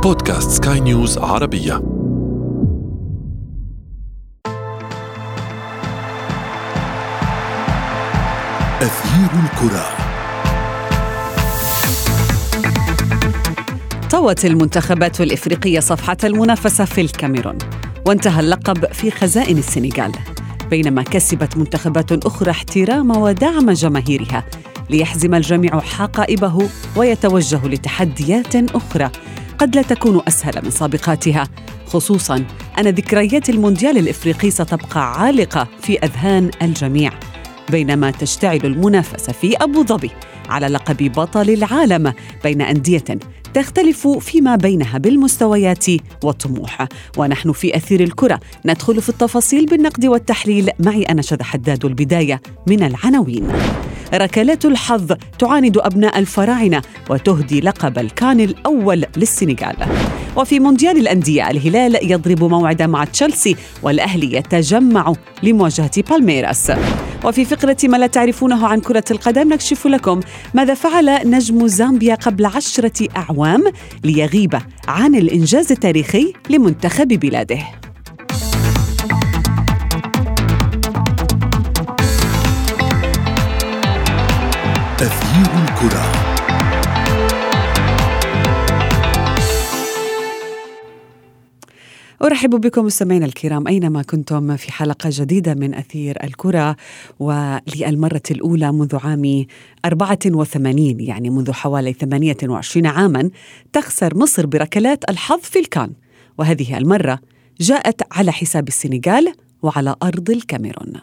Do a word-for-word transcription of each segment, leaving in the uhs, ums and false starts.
بودكاست سكاي نيوز عربية. أثير الكرة. طوت المنتخبات الإفريقية صفحة المنافسة في الكاميرون، وانتهى اللقب في خزائن السنغال، بينما كسبت منتخبات أخرى احترام ودعم جماهيرها ليحزم الجميع حقائبه ويتوجه لتحديات أخرى قد لا تكون أسهل من سابقاتها، خصوصاً أن ذكريات المونديال الإفريقي ستبقى عالقة في أذهان الجميع، بينما تشتعل المنافسة في أبو ظبي على لقب بطل العالم بين أندية تختلف فيما بينها بالمستويات والطموح. ونحن في أثير الكرة ندخل في التفاصيل بالنقد والتحليل. معي أنا شذى حداد. البداية من العناوين. ركلات الحظ تعاند أبناء الفراعنة وتهدي لقب الكان الأول للسنغال. وفي مونديال الأندية الهلال يضرب موعدا مع تشيلسي، والأهلي يتجمع لمواجهة بالميراس. وفي فقرة ما لا تعرفونه عن كرة القدم نكشف لكم ماذا فعل نجم زامبيا قبل عشرة أعوام ليغيب عن الإنجاز التاريخي لمنتخب بلاده. أثير الكرة. أرحب بكم مستمعينا الكرام أينما كنتم في حلقة جديدة من أثير الكرة، وللمرة الأولى منذ عام أربعة وثمانين، يعني منذ حوالي ثمانية وعشرين عاما، تخسر مصر بركلات الحظ في الكان، وهذه المرة جاءت على حساب السنغال وعلى أرض الكاميرون.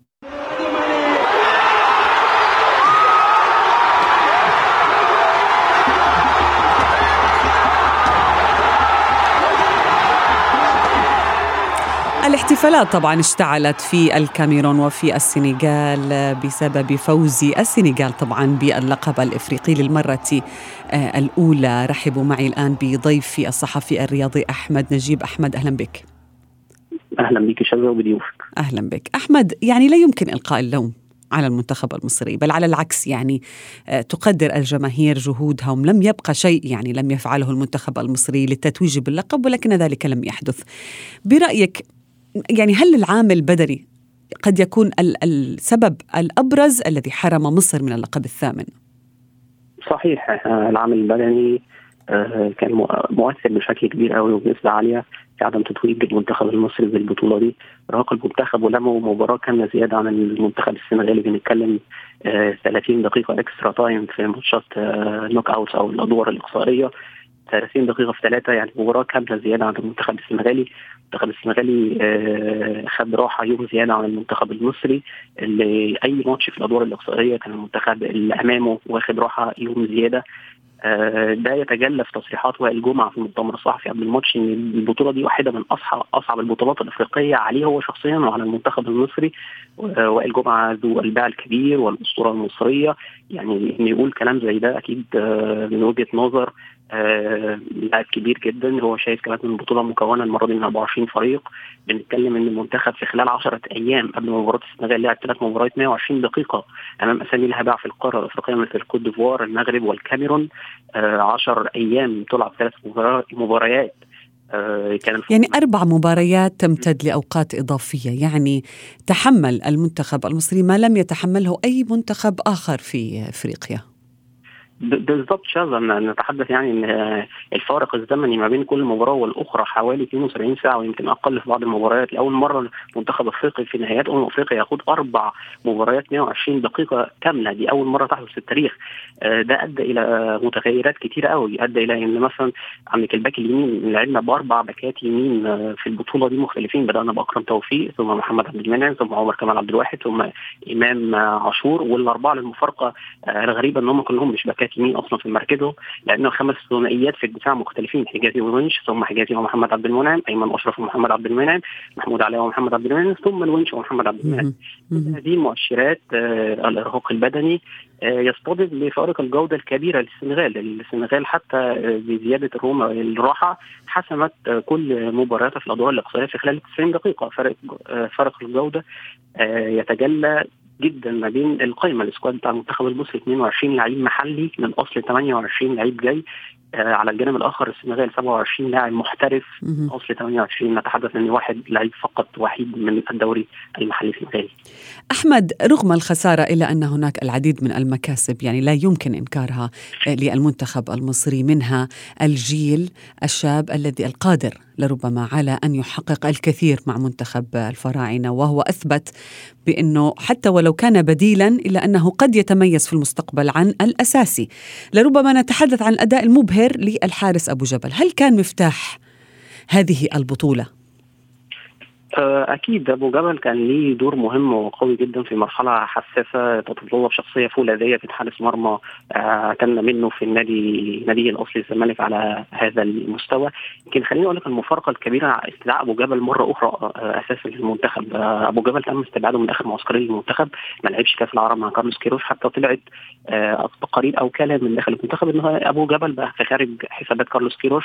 الاحتفالات طبعا اشتعلت في الكاميرون وفي السنغال بسبب فوز السنغال طبعا باللقب الإفريقي للمرة الأولى. رحبوا معي الآن بضيفي الصحفي الرياضي أحمد نجيب. أحمد أهلا بك. أهلا بك شذى وبضيوفك. أهلا بك أحمد. يعني لا يمكن إلقاء اللوم على المنتخب المصري، بل على العكس، يعني تقدر الجماهير جهودهم. لم يبقى شيء يعني لم يفعله المنتخب المصري للتتويج باللقب، ولكن ذلك لم يحدث. برأيك يعني هل العامل البدني قد يكون السبب الأبرز الذي حرم مصر من اللقب الثامن؟ صحيح، العامل البدني كان مؤثر بشكل كبير قوي وبنسبة عالية في عدم تتويج المنتخب المصري بالبطولة دي. راق المنتخب ولموا مباراة كاملة زيادة عن المنتخب السنغالي. بنتكلم ثلاثين دقيقة اكسترا تايم في ماتشات نوك اوت أو الأدوار الإقصائية، ثلاثين دقيقة في ثلاثة، يعني مباراة كاملة زيادة عن المنتخب السنغالي. المنتخب السنغالي آه خد راحة يوم زيادة عن المنتخب المصري، اللي أي ماتش في الأدوار الإقصائية كان المنتخب اللي أمامه واخد راحة يوم زيادة. آه ده يتجلى في تصريحات وائل جمعة في المؤتمر الصحفي قبل الماتش إن البطولة دي واحدة من أصعب أصعب البطولات الأفريقية عليه هو شخصيا وعلى المنتخب المصري. آه وائل جمعة ذو الباع الكبير والأسطورة المصرية، يعني إنه يقول كلام زي ده أكيد آه من وجهة نظر آه لاعب كبير جدا. هو شايف كمان ان البطوله مكونه المره دي من أربعة وعشرين فريق. بنتكلم ان المنتخب في خلال عشرة ايام قبل مباراه السنغال لعب ثلاث مباريات مئة وعشرين دقيقه امام اسامي لها باع في القاره الافريقيه مثل الكوت ديفوار، المغرب والكاميرون. آه عشر ايام تلعب ثلاث مباريات. آه يعني أربع مباريات تمتد لأوقات إضافية، يعني تحمل المنتخب المصري ما لم يتحمله أي منتخب آخر في أفريقيا. بالضبط شاذة، نتحدث يعني ان الفارق الزمني ما بين كل مباراه والاخرى حوالي اثنين وسبعين ساعه ويمكن اقل في بعض المباريات. لاول مره منتخب افريقيا في نهائيات امم افريقيا ياخد اربع مباريات مئة وعشرين دقيقه كامله، دي اول مره تحدث في التاريخ. ده ادى الى متغيرات كتيره قوي، ادى الى ان مثلا عندك الباك اليمين، لعبنا باربع باكات يمين في البطوله دي مختلفين. بدانا باكرم توفيق، ثم محمد عبد المنعم، ثم عمر كمال عبد الواحد، ثم امام عاشور. والاربعه للمفارقه الغريبه ان هم كلهم مش باكات يمين اصلا في مركزه، لانه خمس ثنائيات في الدفاع مختلفين: حجازي وونش، ثم حجازي ومحمد عبد المنعم، ايمن اشرف ومحمد عبد المنعم، محمود علاء ومحمد عبد المنعم، ثم الونش ومحمد عبد المنعم. هذه مؤشرات آه الارهاق البدني آه يصطدم بفارق الجوده الكبيره للسنغال. السنغال حتى آه بزياده الروما الراحه حسمت آه كل مبارياتها في الادوار الاقصائيه في خلال تسعين دقيقه. فرق آه فرق الجوده آه يتجلى جدا ما بين القائمه الاسكواد بتاع المنتخب المصري اثنين وعشرين لعيب محلي من اصل ثمانية وعشرين لعيب جاي. آه على الجانب الاخر السنغال سبعة وعشرين لاعب محترف من اصل ثمانية وعشرين، نتحدث ان واحد لعيب فقط وحيد من الدوري المحلي السنغالي. أحمد، رغم الخسارة إلا أن هناك العديد من المكاسب يعني لا يمكن إنكارها للمنتخب المصري، منها الجيل الشاب الذي القادر لربما على أن يحقق الكثير مع منتخب الفراعنة، وهو أثبت بأنه حتى ولو كان بديلا إلا أنه قد يتميز في المستقبل عن الأساسي. لربما نتحدث عن الأداء المبهر للحارس أبو جبل، هل كان مفتاح هذه البطولة؟ أكيد أبو جبل كان ليه دور مهم وقوي جدا في مرحلة حساسة تتطلب شخصية فولاذية في حارس مرمى كان منه في النادي نادي الأصلي الزمالك على هذا المستوى. يمكن خليني أقول لك المفارقة الكبيرة استدعاء أبو جبل مرة أخرى أساسا للمنتخب. أبو جبل تم استبعاده من آخر معسكرين للمنتخب، ما لعبش كأس العرب مع كارلوس كيروش، حتى طلعت تقارير أو كلام من داخل المنتخب إنه أبو جبل بقى في خارج حسابات كارلوس كيروش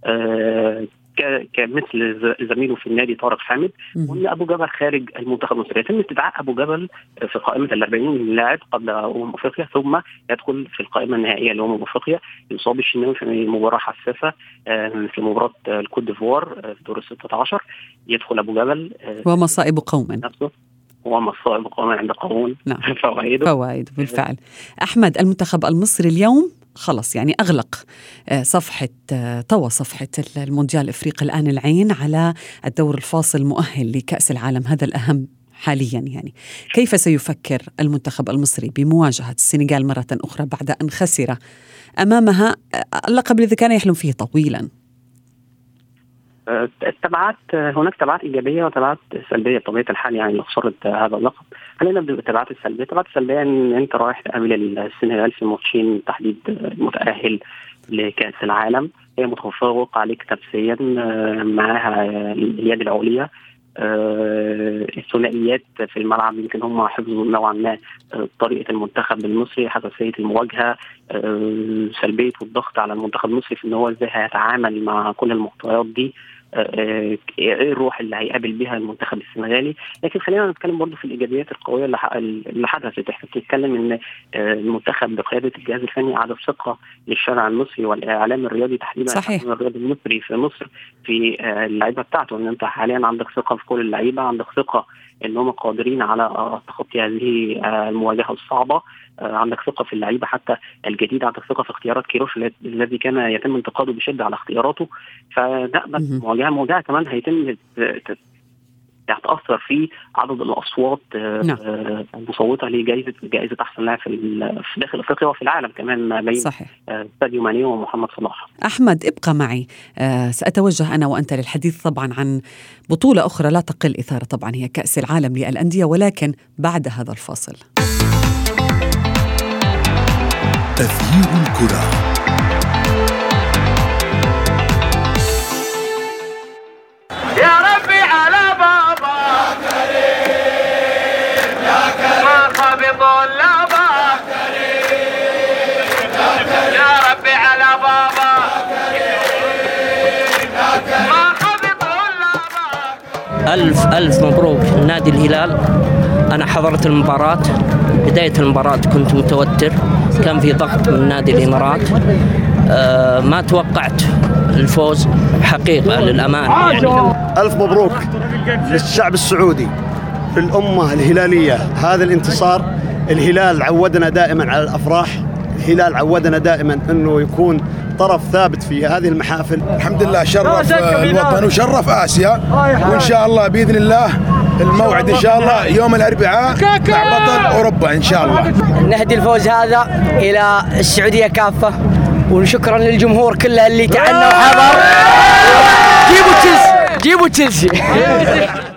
كمثل زميله في النادي طارق حامد، وان ابو جبل خارج المنتخب المصري. يتم استدعاء ابو جبل في قائمه الأربعين لاعب قبل امم افريقيا، ثم يدخل في القائمه النهائيه لامم افريقيا. يصاب الشناوي في مباراه حساسه في مباراه الكوت ديفوار في دور الستة عشر، يدخل ابو جبل ومصائب قوم نفسه ومصائب قوم عند قوم. نعم. فوائده فوائد بالفعل. احمد، المنتخب المصري اليوم خلص يعني أغلق صفحة طوى صفحة المونديال الإفريقي. الآن العين على الدور الفاصل مؤهل لكأس العالم، هذا الأهم حاليا. يعني كيف سيفكر المنتخب المصري بمواجهة السنغال مرة أخرى بعد أن خسر أمامها اللقب الذي كان يحلم فيه طويلا؟ التبعات هناك تبعات إيجابية وتبعات سلبية بطبيعة الحال يعني لخسارة هذا اللقب. خلينا نبدأ بالتبعات السلبية. التبعات السلبية إن أنت رايح تقابل السنغال في ماتشين تحديد المتأهل لكأس العالم، هي متفوق عليك نفسيا، معها اليد العليا، الثنائيات في الملعب يمكن هم حفظوا نوعا ما طريقة المنتخب المصري، حساسية المواجهة، سلبية والضغط على المنتخب المصري في ان هو ازاي هيتعامل مع كل المعطيات دي، ايه الروح اللي هيقابل بها المنتخب السنغالي. لكن خلينا نتكلم برضو في الايجابيات القويه اللي حدثت. احنا بنتكلم ان المنتخب بقياده الجهاز الفني اعاد ثقه للشارع المصري والاعلام الرياضي تحديدا، الاعلام الرياضي المصري في مصر في اللعيبه بتاعته، ان انت حاليا عندك ثقه في كل اللعيبه، عندك ثقه ان هم قادرين على تخطي هذه المواجهه الصعبه، عندك ثقه في اللعيبه حتى الجديد، عندك ثقه في اختيارات كيروش الذي كان يتم انتقاده بشده على اختياراته. فده مواجهه مواجهه كمان هيتم تأثر في عدد الأصوات المصوتة لجائزة جائزة أحسن لاعب في داخل أفريقيا وفي العالم كمان ما بين ساديو ماني ومحمد صلاح. أحمد، ابقى معي، سأتوجه أنا وأنت للحديث طبعا عن بطولة أخرى لا تقل إثارة، طبعا هي كأس العالم للأندية، ولكن بعد هذا الفاصل. تغيير الكرة. ألف ألف مبروك نادي الهلال. أنا حضرت المباراة، بداية المباراة كنت متوتر، كان في ضغط من نادي الإمارات، أه ما توقعت الفوز حقيقة للأمان يعني. ألف مبروك للشعب السعودي، في الأمة الهلالية، هذا الانتصار. الهلال عودنا دائما على الأفراح، الهلال عودنا دائما أنه يكون طرف ثابت في هذه المحافل. الحمد لله شرف الوطن وشرف آسيا، وإن شاء الله بإذن الله الموعد إن شاء الله يوم الأربعاء مع بطل أوروبا إن شاء الله. نهدي الفوز هذا إلى السعودية كافة، وشكرا للجمهور كله اللي تعنى وحضر. جيبوا تشيلسي، جيبوا تشيلسي.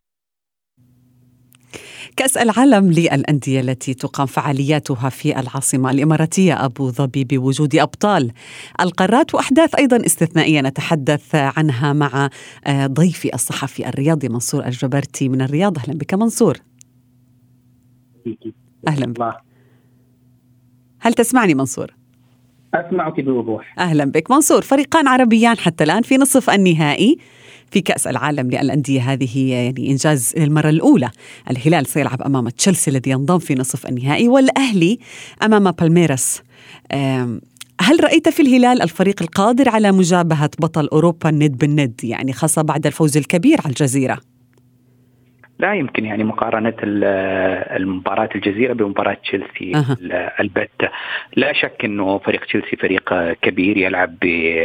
كأس العالم للأندية التي تقام فعالياتها في العاصمة الإماراتية أبو ظبي بوجود أبطال القارات وأحداث أيضا استثنائية نتحدث عنها مع ضيفي الصحفي الرياضي منصور الجبرتي من الرياض. أهلا بك منصور. أهلا بك. هل تسمعني منصور؟ أسمعك بوضوح. أهلا بك منصور. فريقان عربيان حتى الآن في نصف النهائي في كأس العالم للأندية، هذه يعني إنجاز للمرة الأولى. الهلال سيلعب أمام تشيلسي الذي ينضم في نصف النهائي، والأهلي أمام بالميراس. هل رأيت في الهلال الفريق القادر على مجابهة بطل أوروبا الند بالند، يعني خاصة بعد الفوز الكبير على الجزيرة؟ لا يمكن يعني مقارنة المباراة الجزيرة بمباراة تشيلسي أه. البتة. لا شك أنه فريق تشيلسي فريق كبير يلعب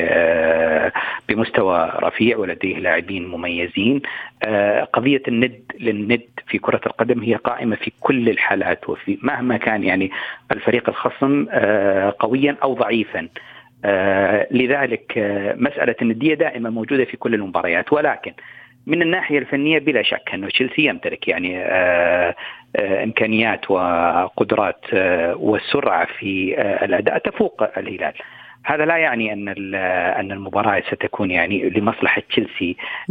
بمستوى رفيع ولديه لاعبين مميزين. قضية الند للند في كرة القدم هي قائمة في كل الحالات، وفي مهما كان يعني الفريق الخصم قويا أو ضعيفا. لذلك مسألة الندية دائما موجودة في كل المباريات، ولكن من الناحية الفنية بلا شك أنه تشيلسي يمتلك يعني آآ آآ إمكانيات وقدرات والسرعة في الأداء تفوق الهلال. هذا لا يعني أن أن المباراة ستكون يعني لمصلحة تشيلسي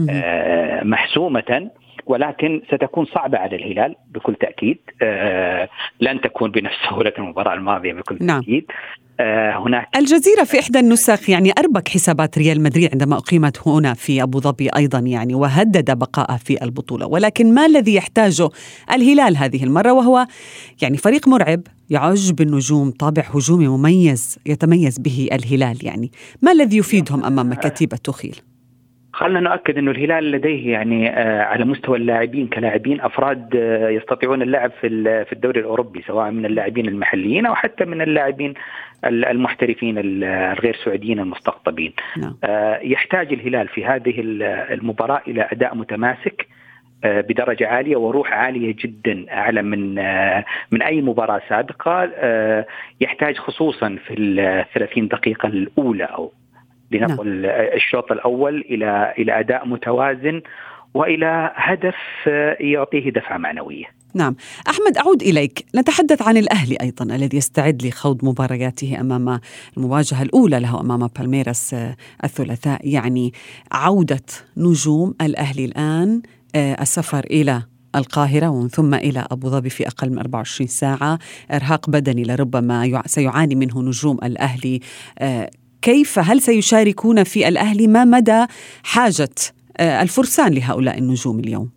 محسومة، ولكن ستكون صعبة على الهلال بكل تأكيد. لن تكون بنفس سهولة المباراة الماضية بكل نعم. تأكيد. هناك الجزيرة في إحدى النسخ يعني أربك حسابات ريال مدريد عندما أقيمت هنا في أبو ظبي أيضا يعني، وهدد بقاءه في البطولة. ولكن ما الذي يحتاجه الهلال هذه المرة، وهو يعني فريق مرعب يعج بالنجوم، طابع هجومي مميز يتميز به الهلال، يعني ما الذي يفيدهم أمام كتيبة توخيل؟ خلنا نؤكد أنه الهلال لديه يعني على مستوى اللاعبين كلاعبين أفراد يستطيعون اللعب في في الدوري الأوروبي، سواء من اللاعبين المحليين أو حتى من اللاعبين المحترفين الغير سعوديين المستقطبين. نعم. يحتاج الهلال في هذه المباراة إلى أداء متماسك بدرجة عالية وروح عالية جدا، أعلى من من أي مباراة سابقة. يحتاج خصوصا في الثلاثين دقيقة الأولى أو لنقل نعم. الشوط الأول إلى إلى أداء متوازن وإلى هدف يعطيه دفعة معنوية. نعم. أحمد، أعود إليك. نتحدث عن الأهلي أيضا الذي يستعد لخوض مبارياته أمام المواجهة الأولى له أمام بالميراس الثلاثاء، يعني عودة نجوم الأهلي الآن، السفر إلى القاهرة ومن ثم إلى أبو ظبي في أقل من أربعة وعشرين ساعة، إرهاق بدني لربما سيعاني منه نجوم الأهلي. كيف هل سيشاركون في الأهلي؟ ما مدى حاجة الفرسان لهؤلاء النجوم اليوم؟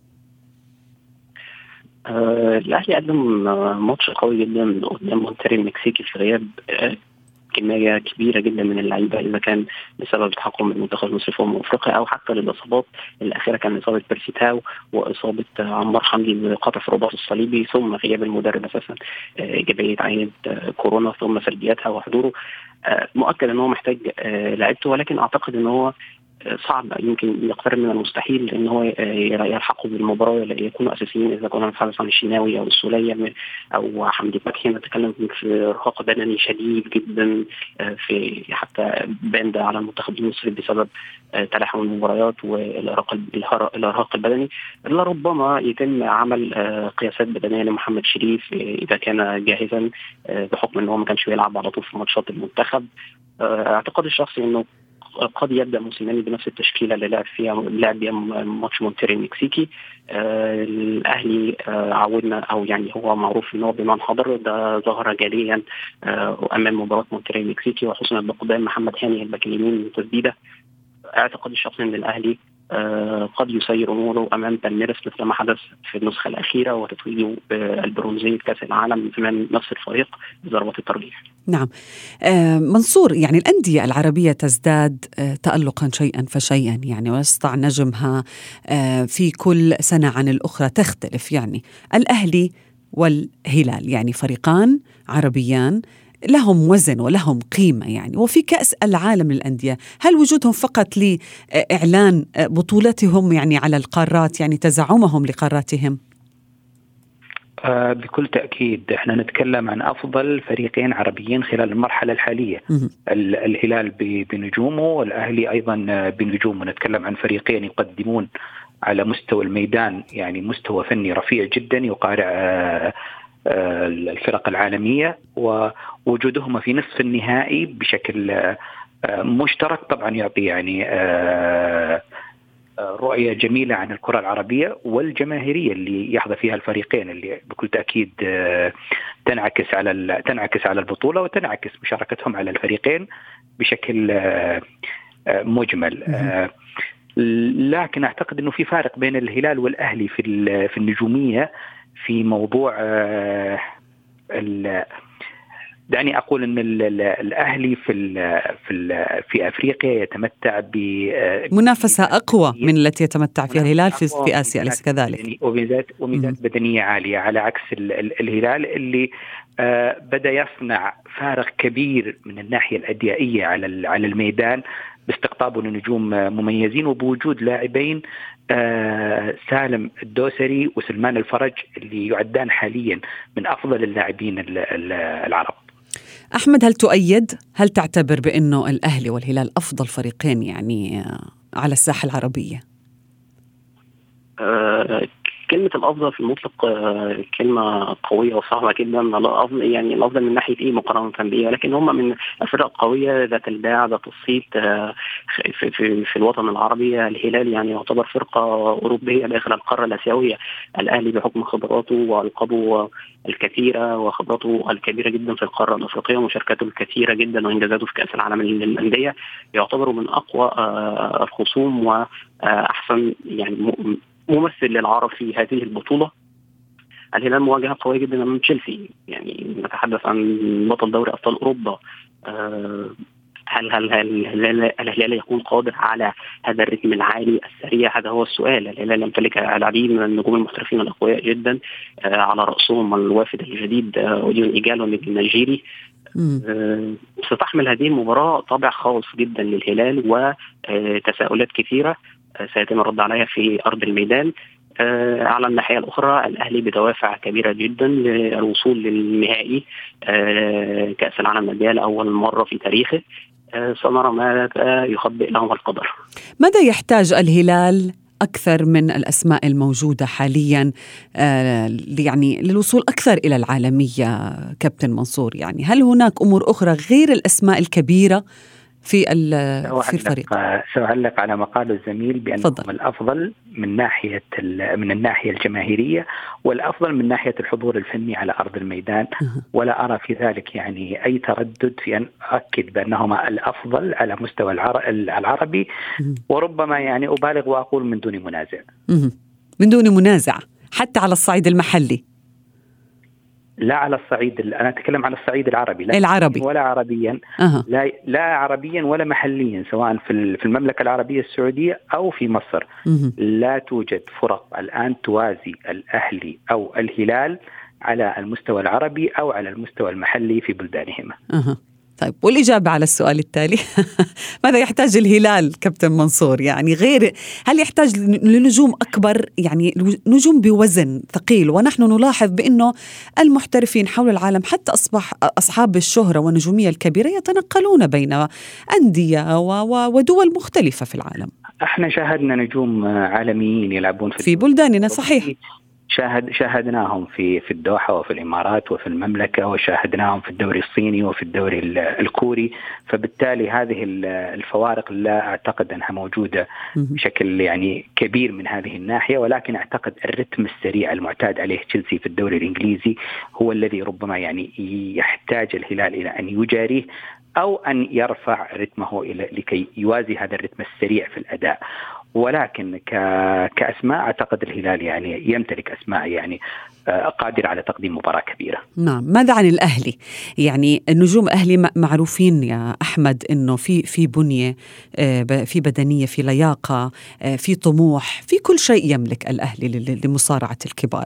آه الأهلي قدم ماتش قوي جدا قدام مونتري المكسيكي في غياب آه كمية كبيرة جدا من اللعيبة، إذا كان بسبب تحكم المنتخب المصري في أمم أفريقيا أو حتى للإصابات الأخيرة، كان إصابة بيرسيتاو وإصابة عمار حمدي بقطع في الرباط الصليبي، ثم غياب المدرب أساسا، إيجابية عينة كورونا، ثم سلبياتها وحضوره. مؤكد أنه محتاج لعيبته، ولكن أعتقد أنه صعب، يمكن يقترب من المستحيل ان هو يلحقوا بالمباراه يكونوا اساسيين، اذا كنا نتحدث عن الشناوي او السوليه او حمدي فتحي. نتكلم في ارهاق بدني شديد جدا، في حتى بان على المنتخب المصري بسبب تلاحم المباريات والارهاق الارهاق البدني. لربما يتم عمل قياسات بدنيه لمحمد شريف اذا كان جاهزا، بحكم ان هو ما كانش بيلعب على طول في ماتشات المنتخب. اعتقادي الشخصي انه قد يبدأ موسيماني بنفس التشكيلة اللي لعب فيها لعب بها ماتش مونتري المكسيكي. آه الأهلي آه عودنا أو يعني هو معروف إنه بمن حضر، ده ظهر جليا آه أمام مباراة مونتري المكسيكي، وحسنا بقدام محمد هاني الباك اليمين من تسديدة. اعتقد الشخصي إن الأهلي آه قد يسير أموره أمام بالميراس مثل ما حدث في النسخة الأخيرة وتتويجه بالبرونزية كأس العالم أمام نفس الفريق بضربة الترجيح. نعم. آه منصور، يعني الأندية العربية تزداد آه تألقا شيئا فشيئا، يعني ويسطع نجمها آه في كل سنة عن الأخرى تختلف. يعني الأهلي والهلال يعني فريقان عربيان لهم وزن ولهم قيمة، يعني وفي كأس العالم للأندية هل وجودهم فقط لإعلان بطولتهم يعني على القارات، يعني تزعمهم لقاراتهم؟ آه بكل تأكيد احنا نتكلم عن أفضل فريقين عربيين خلال المرحلة الحالية. الهلال بنجومه والأهلي أيضا بنجومه. نتكلم عن فريقين يقدمون على مستوى الميدان يعني مستوى فني رفيع جدا يقارع آه آه الفرق العالمية، ووجودهما في نصف النهائي بشكل آه مشترك طبعا يعطي يعني آه رؤية جميلة عن الكرة العربية والجماهيرية اللي يحظى فيها الفريقين، اللي بكل تأكيد تنعكس على تنعكس على البطولة وتنعكس مشاركتهم على الفريقين بشكل مجمل. لكن أعتقد أنه في فارق بين الهلال والأهلي في في النجومية في موضوع ال دعني أقول أن الأهلي في في في أفريقيا يتمتع بمنافسة أقوى من التي يتمتع فيها الهلال في في آسيا، أليس كذلك؟ وميزات وميزات بدنية عالية، على عكس الهلال اللي بدأ يصنع فارق كبير من الناحية الأدائية على على الميدان باستقطابه لنجوم مميزين وبوجود لاعبين سالم الدوسري وسلمان الفرج اللي يعدان حاليا من أفضل اللاعبين العرب. أحمد، هل تؤيد هل تعتبر بأنه الأهلي والهلال أفضل فريقين يعني على الساحة العربية؟ أه كلمة الأفضل في المطلق أه كلمة قوية وصعبة جدا. يعني الأفضل من ناحية إيه مقارنة بإيه؟ لكن هم من الفرق قوية ذات الباع ذات الصيت أه في, في, في الوطن العربي. الهلال يعني يعتبر فرقة أوروبية داخل القارة الآسيوية. الأهلي بحكم خبراته وألقابه الكثيرة وخبراته الكبيرة جدا في القارة الأفريقية ومشاركاته الكثيرة جدا وإنجازاته في كأس العالم للأندية يعتبر من أقوى أه الخصوم وأحسن يعني ممثل للعرب في هذه البطولة. الهلال مواجهة قوية جدا من تشيلسي، يعني نتحدث عن بطل دوري أبطال أوروبا. هل هل هل الهلال يكون قادر على هذا الرتم العالي السريع؟ هذا هو السؤال. الهلال يمتلك العديد من النجوم المحترفين الأقوياء جدا، على رأسهم الوافد الجديد أوديون إيجالو النيجيري. ستحمل هذه المباراة طابع خاص جدا للهلال وتساؤلات كثيرة سيتم الرد عليها في أرض الميدان. آه على الناحية الأخرى الأهلي بدوافع كبيرة جدا للوصول للنهائي آه كأس العالم للأندية لأول مرة في تاريخه. آه سنرى ماذا يخبئ لهم القدر. ماذا يحتاج الهلال أكثر من الأسماء الموجودة حاليا آه يعني للوصول أكثر إلى العالمية كابتن منصور؟ يعني هل هناك أمور أخرى غير الأسماء الكبيرة في في الفريق؟ سأعلق على مقال الزميل بأنهم فضل. الأفضل من ناحية من الناحية الجماهيرية والأفضل من ناحية الحضور الفني على أرض الميدان. أه. ولا أرى في ذلك يعني أي تردد في أن أؤكد بأنهما الأفضل على مستوى العربي. أه. وربما يعني أبالغ وأقول من دون منازع. أه. من دون منازع حتى على الصعيد المحلي، لا على الصعيد، أنا أتكلم عن الصعيد العربي، لا العربي ولا عربيا. أه. لا لا عربيا ولا محليا، سواء في في المملكة العربية السعودية أو في مصر. أه. لا توجد فرق الآن توازي الأهلي أو الهلال على المستوى العربي أو على المستوى المحلي في بلدانهما. أه. طيب، والإجابة على السؤال التالي ماذا يحتاج الهلال كابتن منصور؟ يعني غير، هل يحتاج لنجوم أكبر، يعني نجوم بوزن ثقيل؟ ونحن نلاحظ بأنه المحترفين حول العالم حتى أصبح أصحاب الشهرة والنجومية الكبيرة يتنقلون بين أندية ودول مختلفة في العالم. احنا شاهدنا نجوم عالميين يلعبون في, في بلداننا، صحيح. شاهد شاهدناهم في في الدوحة وفي الإمارات وفي المملكة، وشاهدناهم في الدوري الصيني وفي الدوري الكوري. فبالتالي هذه الفوارق لا أعتقد أنها موجودة بشكل يعني كبير من هذه الناحية، ولكن أعتقد الرتم السريع المعتاد عليه تشيلسي في الدوري الإنجليزي هو الذي ربما يعني يحتاج الهلال إلى أن يجاريه أو أن يرفع رتمه إلى لكي يوازي هذا الرتم السريع في الأداء. ولكن كأسماء أعتقد الهلال يعني يمتلك أسماء يعني قادر على تقديم مباراة كبيرة. نعم. ماذا عن الأهلي؟ يعني النجوم الأهلي معروفين يا أحمد إنه في في بنية، في بدنية، في لياقة، في طموح، في كل شيء يملك الأهلي لمصارعة الكبار.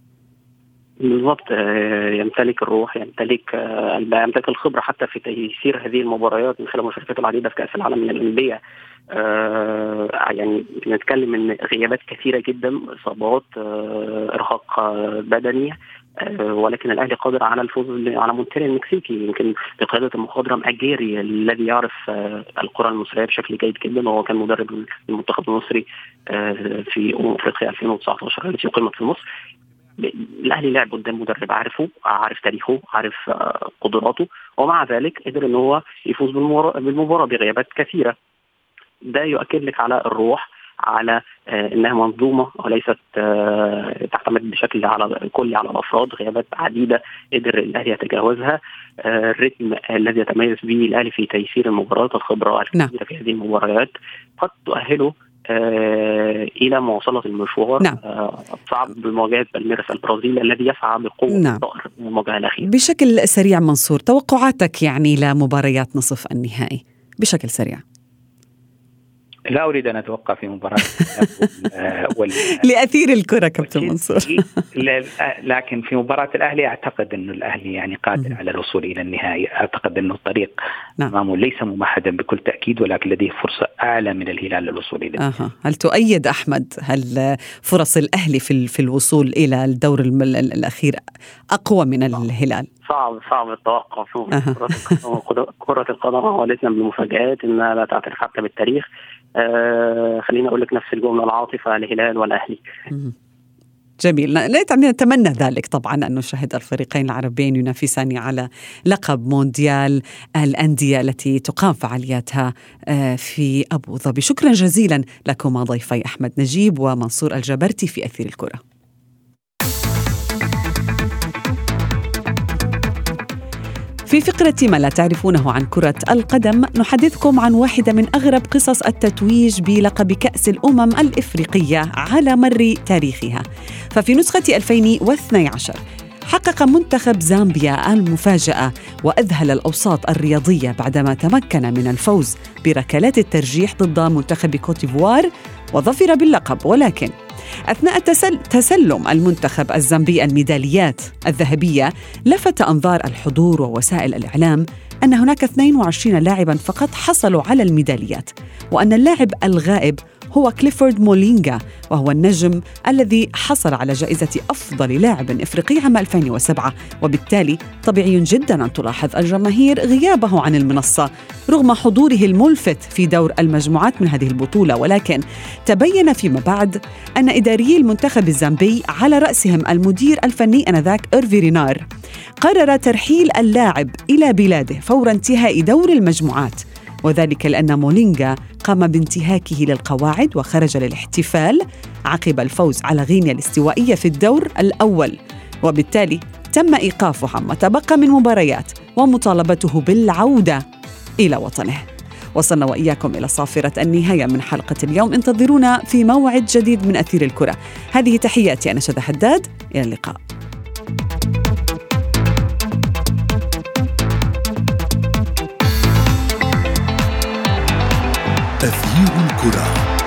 بالضبط، يمتلك الروح، يمتلك يمتلك الخبرة حتى في تيسير هذه المباريات من خلال مشاركته العديدة في كأس العالم للأندية. آه يعني نتكلم ان غيابات كثيره جدا، اصابات، آه ارهاق آه بدني، آه ولكن الاهلي قادر على الفوز على مونتيري المكسيكي، يمكن بقياده المخضرم اجيري الذي يعرف آه الكره المصريه بشكل جيد جدا، وهو كان مدرب المنتخب المصري آه في امم افريقيا ألفين وتسعة عشر التي اقيمت في مصر. الاهلي لعب قدام مدرب عارفه، عارف تاريخه، عارف آه قدراته، ومع ذلك قدر ان هو يفوز بالمباراه بغيابات كثيره. ده يؤكد لك على الروح، على انها منظومه وليست تعتمد بشكل على كلي على الافراد. غيابات عديده قدر الاهلي يتجاوزها. الريتم الذي يتميز به الاهلي في تيسير المباريات، الخبره الكبيره في هذه المباريات قد تؤهله آه إلى مواصلة المشوار. نعم. آه صعب بمواجهة بالميراس البرازيلي الذي يسعى بقوة نعم. الظهر من المواجهة الأخيرة. بشكل سريع منصور، توقعاتك يعني لمباريات نصف النهائي بشكل سريع؟ لا أريد أن أتوقع في مباراة وال... لأثير الكرة كابتن منصور. لكن في مباراة الأهلي أعتقد أن الأهلي يعني قادر على الوصول إلى النهائي. أعتقد أنه الطريق أمامه ليس ممهدا بكل تأكيد، ولكن لديه فرصة أعلى من الهلال للوصول إلى النهائي. أه. هل تؤيد أحمد هل فرص الأهلي في في الوصول إلى الدور الأخير أقوى من الهلال؟ صعب صعب التوقع. أه. كرة القدم عوالتنا بالمفاجآت إنها لا تعترف حتى بالتاريخ. آه خليني أقول لك نفس الجملة العاطفة الهلال والأهلي. جميل، نتمنى ذلك طبعا أن نشاهد الفريقين العربيين ينافسان على لقب مونديال الأندية التي تقام فعالياتها في أبو ظبي. شكرا جزيلا لكما ضيفي أحمد نجيب ومنصور الجبرتي في أثير الكرة. في فقرة ما لا تعرفونه عن كرة القدم نحدثكم عن واحدة من أغرب قصص التتويج بلقب كأس الأمم الإفريقية على مر تاريخها. ففي نسخة ألفين واثني عشر حقق منتخب زامبيا المفاجأة وأذهل الأوساط الرياضية بعدما تمكن من الفوز بركلات الترجيح ضد منتخب كوتيفوار وظفر باللقب. ولكن أثناء تسل... تسلم المنتخب الزامبي الميداليات الذهبية لفت أنظار الحضور ووسائل الإعلام أن هناك اثنين وعشرين لاعباً فقط حصلوا على الميداليات، وأن اللاعب الغائب هو كليفورد مولينغا، وهو النجم الذي حصل على جائزة أفضل لاعب إفريقي عام ألفين وسبعة. وبالتالي طبيعي جداً أن تلاحظ الجماهير غيابه عن المنصة رغم حضوره الملفت في دور المجموعات من هذه البطولة. ولكن تبين فيما بعد أن إداري المنتخب الزامبي على رأسهم المدير الفني آنذاك إيرفي رينار قرر ترحيل اللاعب إلى بلاده فور انتهاء دور المجموعات، وذلك لأن مولينغا قام بانتهاكه للقواعد وخرج للاحتفال عقب الفوز على غينيا الاستوائية في الدور الأول، وبالتالي تم إيقافه عما تبقى من مباريات ومطالبته بالعودة إلى وطنه. وصلنا وإياكم إلى صافرة النهاية من حلقة اليوم. انتظرونا في موعد جديد من أثير الكرة. هذه تحياتي أنا شذى حداد، إلى اللقاء. أثير الكرة.